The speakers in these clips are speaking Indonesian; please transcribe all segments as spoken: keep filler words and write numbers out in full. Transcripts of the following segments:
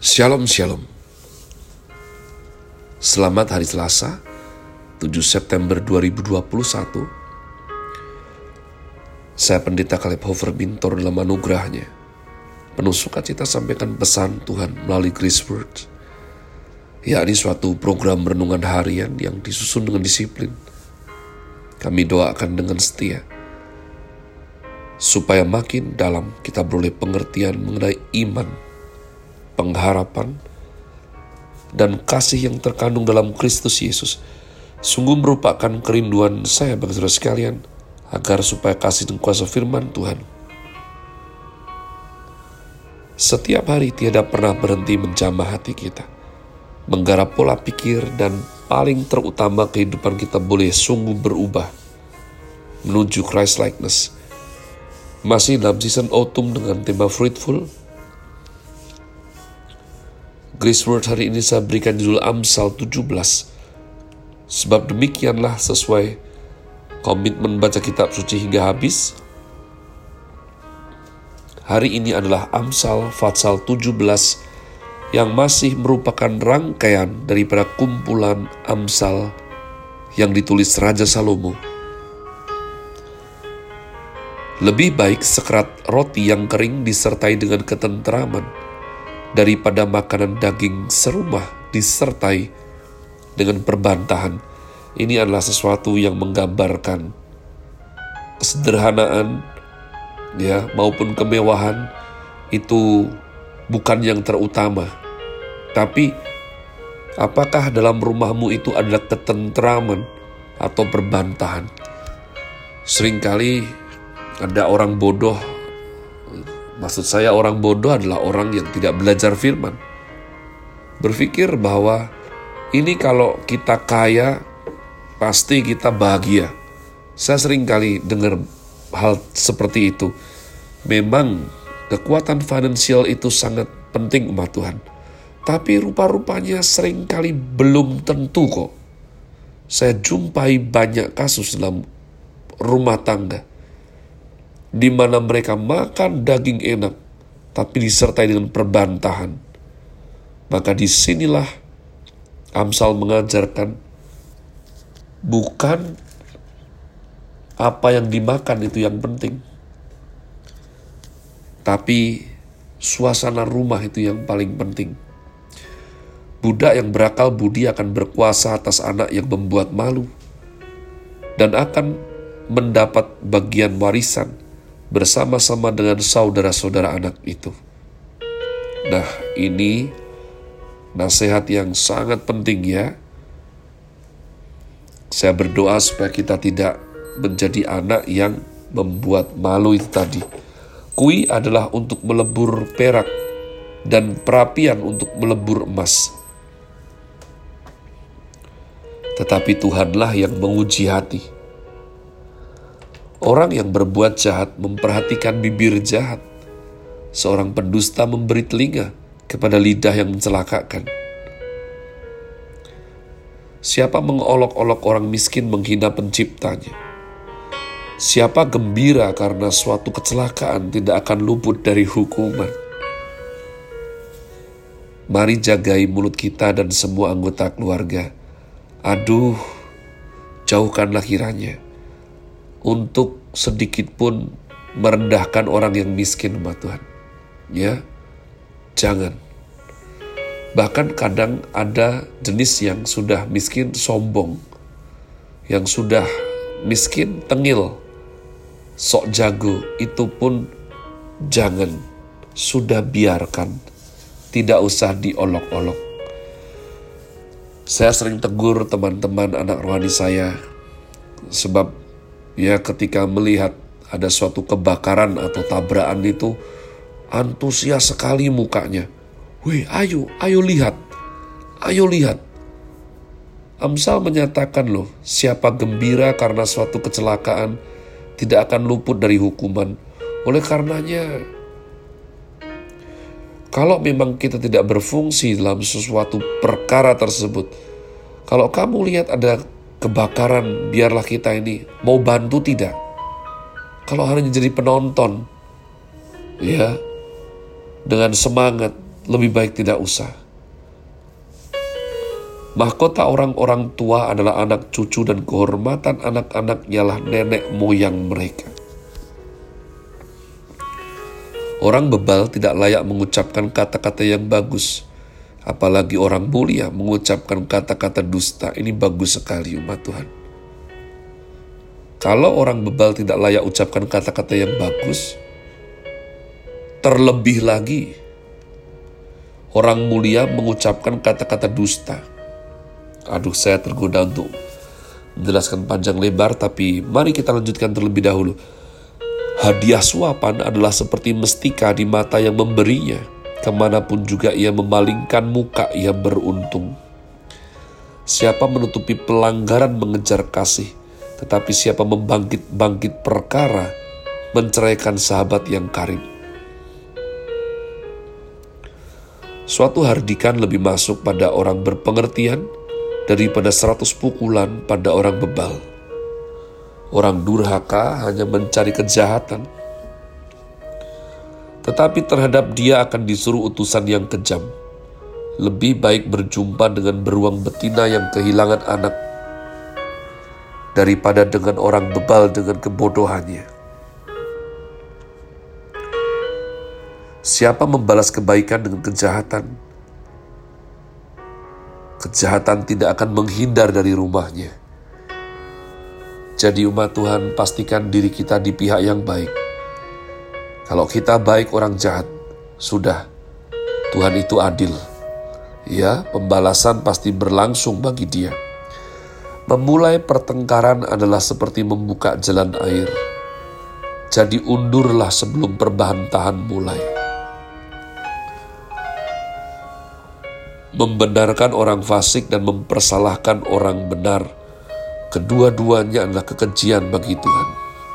Shalom Shalom. Selamat hari Selasa, tujuh September dua ribu dua puluh satu. Saya Pendeta Caleb Hofer Bintor dalam anugerahnya penuh sukacita sampaikan pesan Tuhan melalui Grace Word, yakni suatu program renungan harian yang disusun dengan disiplin. Kami doakan dengan setia supaya makin dalam kita beroleh pengertian mengenai iman, pengharapan, dan kasih yang terkandung dalam Kristus Yesus. Sungguh merupakan kerinduan saya bagi saudara sekalian, agar supaya kasih dan kuasa firman Tuhan setiap hari tiada pernah berhenti menjamah hati kita, menggarap pola pikir, dan paling terutama kehidupan kita boleh sungguh berubah menuju Christ likeness. Masih dalam season autumn dengan tema Fruitful, Grace Word hari ini saya berikan judul Amsal tujuh belas. Sebab demikianlah sesuai komitmen baca kitab suci hingga habis. Hari ini adalah Amsal Fatsal tujuh belas yang masih merupakan rangkaian daripada kumpulan Amsal yang ditulis Raja Salomo. Lebih baik sekerat roti yang kering disertai dengan ketenteraman daripada makanan daging serumah disertai dengan perbantahan. Ini adalah sesuatu yang menggambarkan kesederhanaan, ya, maupun kemewahan itu bukan yang terutama. Tapi apakah dalam rumahmu itu adalah ketenteraman atau perbantahan? Seringkali ada orang bodoh. Maksud saya orang bodoh adalah orang yang tidak belajar firman, berpikir bahwa ini kalau kita kaya, pasti kita bahagia. Saya sering kali dengar hal seperti itu. Memang kekuatan finansial itu sangat penting umat Tuhan, tapi rupa-rupanya sering kali belum tentu kok. Saya jumpai banyak kasus dalam rumah tangga di mana mereka makan daging enak, tapi disertai dengan perbantahan. Maka disinilah Amsal mengajarkan, bukan apa yang dimakan itu yang penting, tapi suasana rumah itu yang paling penting. Budak yang berakal budi akan berkuasa atas anak yang membuat malu, dan akan mendapat bagian warisan bersama-sama dengan saudara-saudara anak itu. Nah, ini nasihat yang sangat penting ya. Saya berdoa supaya kita tidak menjadi anak yang membuat malu itu tadi. Kui adalah untuk melebur perak dan perapian untuk melebur emas. Tetapi Tuhanlah yang menguji hati. Orang yang berbuat jahat memperhatikan bibir jahat. Seorang pendusta memberi telinga kepada lidah yang mencelakakan. Siapa mengolok-olok orang miskin menghina penciptanya. Siapa gembira karena suatu kecelakaan tidak akan luput dari hukuman. Mari jagai mulut kita dan semua anggota keluarga. Aduh, jauhkanlah kiranya untuk sedikit pun merendahkan orang yang miskin, umat Tuhan. Ya, jangan. Bahkan kadang ada jenis yang sudah miskin sombong, yang sudah miskin tengil, sok jago, itu pun jangan. Sudah biarkan, tidak usah diolok-olok. Saya sering tegur teman-teman anak rohani saya, sebab ya ketika melihat ada suatu kebakaran atau tabrakan itu, antusias sekali mukanya. Wih, ayo, ayo lihat, ayo lihat. Amsal menyatakan loh, siapa gembira karena suatu kecelakaan tidak akan luput dari hukuman. Oleh karenanya, kalau memang kita tidak berfungsi dalam sesuatu perkara tersebut, kalau kamu lihat ada kebakaran, biarlah kita ini mau bantu tidak. Kalau hanya jadi penonton, ya, dengan semangat, lebih baik tidak usah. Mahkota orang-orang tua adalah anak cucu dan kehormatan anak-anak ialah nenek moyang mereka. Orang bebal tidak layak mengucapkan kata-kata yang bagus, apalagi orang mulia mengucapkan kata-kata dusta. Ini bagus sekali umat Tuhan. Kalau orang bebal tidak layak ucapkan kata-kata yang bagus, terlebih lagi orang mulia mengucapkan kata-kata dusta. Aduh, saya tergoda untuk menjelaskan panjang lebar, tapi mari kita lanjutkan terlebih dahulu. Hadiah suapan adalah seperti mestika di mata yang memberinya. Kemanapun juga ia memalingkan muka, ia beruntung. Siapa menutupi pelanggaran mengejar kasih, tetapi siapa membangkit-bangkit perkara, menceraikan sahabat yang karib. Suatu hardikan lebih masuk pada orang berpengertian daripada seratus pukulan pada orang bebal. Orang durhaka hanya mencari kejahatan, tetapi terhadap dia akan disuruh utusan yang kejam. Lebih baik berjumpa dengan beruang betina yang kehilangan anak daripada dengan orang bebal dengan kebodohannya. Siapa membalas kebaikan dengan kejahatan, kejahatan tidak akan menghindar dari rumahnya. Jadi umat Tuhan, pastikan diri kita di pihak yang baik. Kalau kita baik, orang jahat, sudah, Tuhan itu adil. Ya, pembalasan pasti berlangsung bagi dia. Memulai pertengkaran adalah seperti membuka jalan air. Jadi undurlah sebelum perbantahan mulai. Membenarkan orang fasik dan mempersalahkan orang benar, kedua-duanya adalah kekejian bagi Tuhan.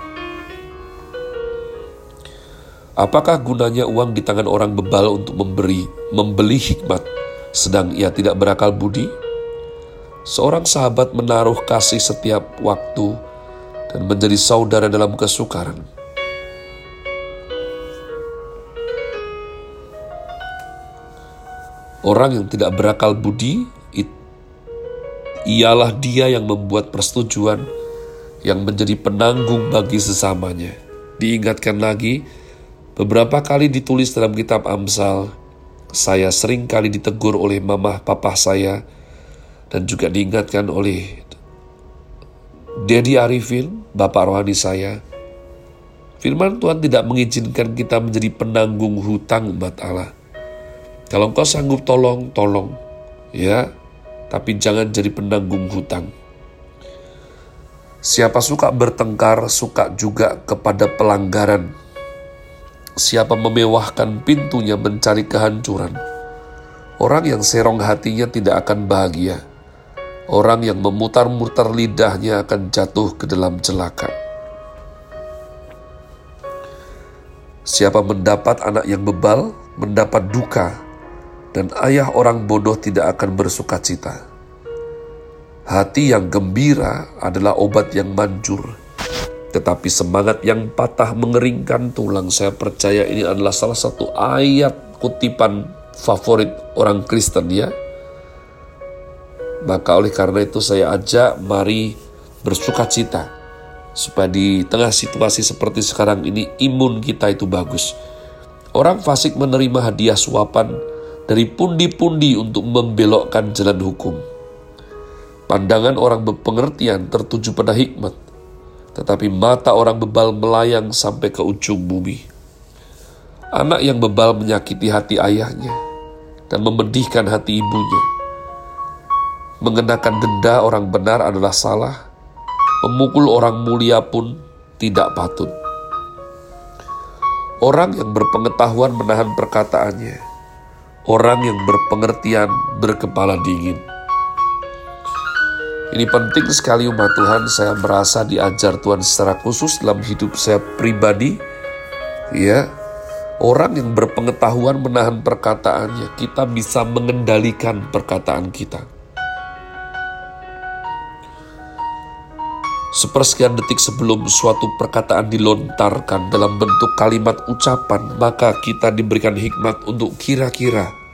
Apakah gunanya uang di tangan orang bebal untuk memberi, membeli hikmat, sedang ia tidak berakal budi? Seorang sahabat menaruh kasih setiap waktu dan menjadi saudara dalam kesukaran. Orang yang tidak berakal budi, ialah dia yang membuat persetujuan yang menjadi penanggung bagi sesamanya. Diingatkan lagi, beberapa kali ditulis dalam kitab Amsal, saya sering kali ditegur oleh mamah papa saya, dan juga diingatkan oleh Dedi Arifin, bapak rohani saya. Firman Tuhan tidak mengizinkan kita menjadi penanggung hutang umat Allah. Kalau engkau sanggup tolong, tolong. Ya, tapi jangan jadi penanggung hutang. Siapa suka bertengkar, suka juga kepada pelanggaran. Siapa memewahkan pintunya mencari kehancuran. Orang yang serong hatinya tidak akan bahagia. Orang yang memutar-mutar lidahnya akan jatuh ke dalam celaka. Siapa mendapat anak yang bebal, mendapat duka, dan ayah orang bodoh tidak akan bersuka cita. Hati yang gembira adalah obat yang manjur, tetapi semangat yang patah mengeringkan tulang. Saya percaya ini adalah salah satu ayat kutipan favorit orang Kristen, ya. Maka oleh karena itu saya ajak, mari bersuka cita, supaya di tengah situasi seperti sekarang ini imun kita itu bagus. Orang fasik menerima hadiah suapan dari pundi-pundi untuk membelokkan jalan hukum. Pandangan orang berpengertian tertuju pada hikmat, tetapi mata orang bebal melayang sampai ke ujung bumi. Anak yang bebal menyakiti hati ayahnya dan memedihkan hati ibunya. Mengenakan denda orang benar adalah salah, memukul orang mulia pun tidak patut. Orang yang berpengetahuan menahan perkataannya, orang yang berpengertian berkepala dingin. Ini penting sekali umat Tuhan. Saya merasa diajar Tuhan secara khusus dalam hidup saya pribadi. Ya, orang yang berpengetahuan menahan perkataannya, kita bisa mengendalikan perkataan kita. Sepersekian detik sebelum suatu perkataan dilontarkan dalam bentuk kalimat ucapan, maka kita diberikan hikmat untuk kira-kira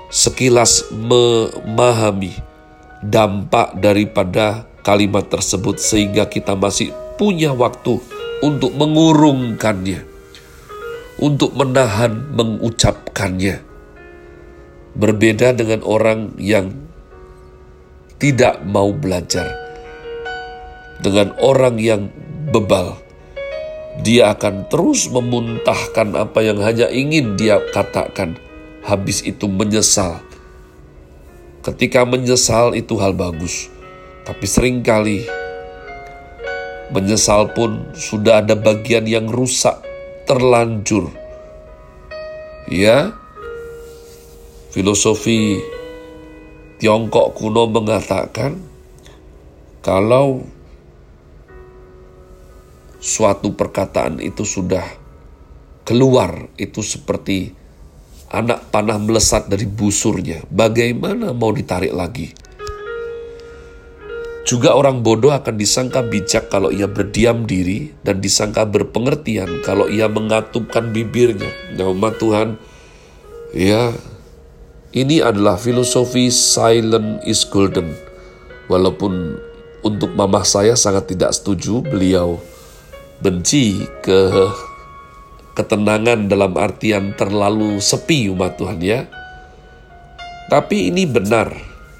sekilas memahami dampak daripada kalimat tersebut sehingga kita masih punya waktu untuk mengurungkannya, untuk menahan mengucapkannya. Berbeda dengan orang yang tidak mau belajar, dengan orang yang bebal, dia akan terus memuntahkan apa yang hanya ingin dia katakan, habis itu menyesal. Ketika menyesal itu hal bagus, tapi seringkali menyesal pun sudah ada bagian yang rusak, terlanjur. Ya, filosofi Tiongkok kuno mengatakan kalau suatu perkataan itu sudah keluar, itu seperti anak panah melesat dari busurnya. Bagaimana mau ditarik lagi? Juga orang bodoh akan disangka bijak kalau ia berdiam diri dan disangka berpengertian kalau ia mengatupkan bibirnya. Nah, umat Tuhan, ya, ini adalah filosofi silent is golden. Walaupun untuk mamah saya sangat tidak setuju, beliau benci ke ketenangan dalam artian terlalu sepi, umat Tuhan, ya. Tapi ini benar.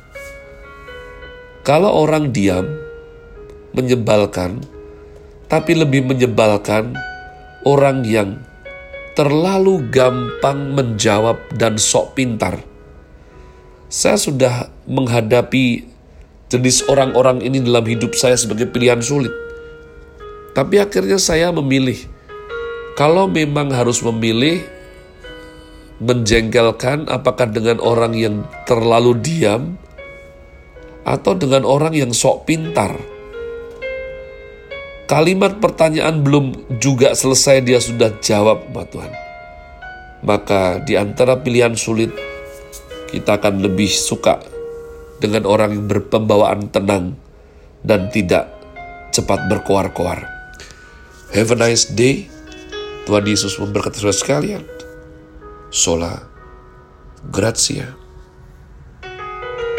Kalau orang diam, menyebalkan, tapi lebih menyebalkan orang yang terlalu gampang menjawab dan sok pintar. Saya sudah menghadapi jenis orang-orang ini dalam hidup saya sebagai pilihan sulit. Tapi akhirnya saya memilih, kalau memang harus memilih, menjengkelkan apakah dengan orang yang terlalu diam atau dengan orang yang sok pintar. Kalimat pertanyaan belum juga selesai, dia sudah jawab, Tuhan. Maka di antara pilihan sulit, kita akan lebih suka dengan orang yang berpembawaan tenang dan tidak cepat berkoar-koar. Have a nice day. Tuhan Yesus memberkati saudara sekalian. Sola Gratia.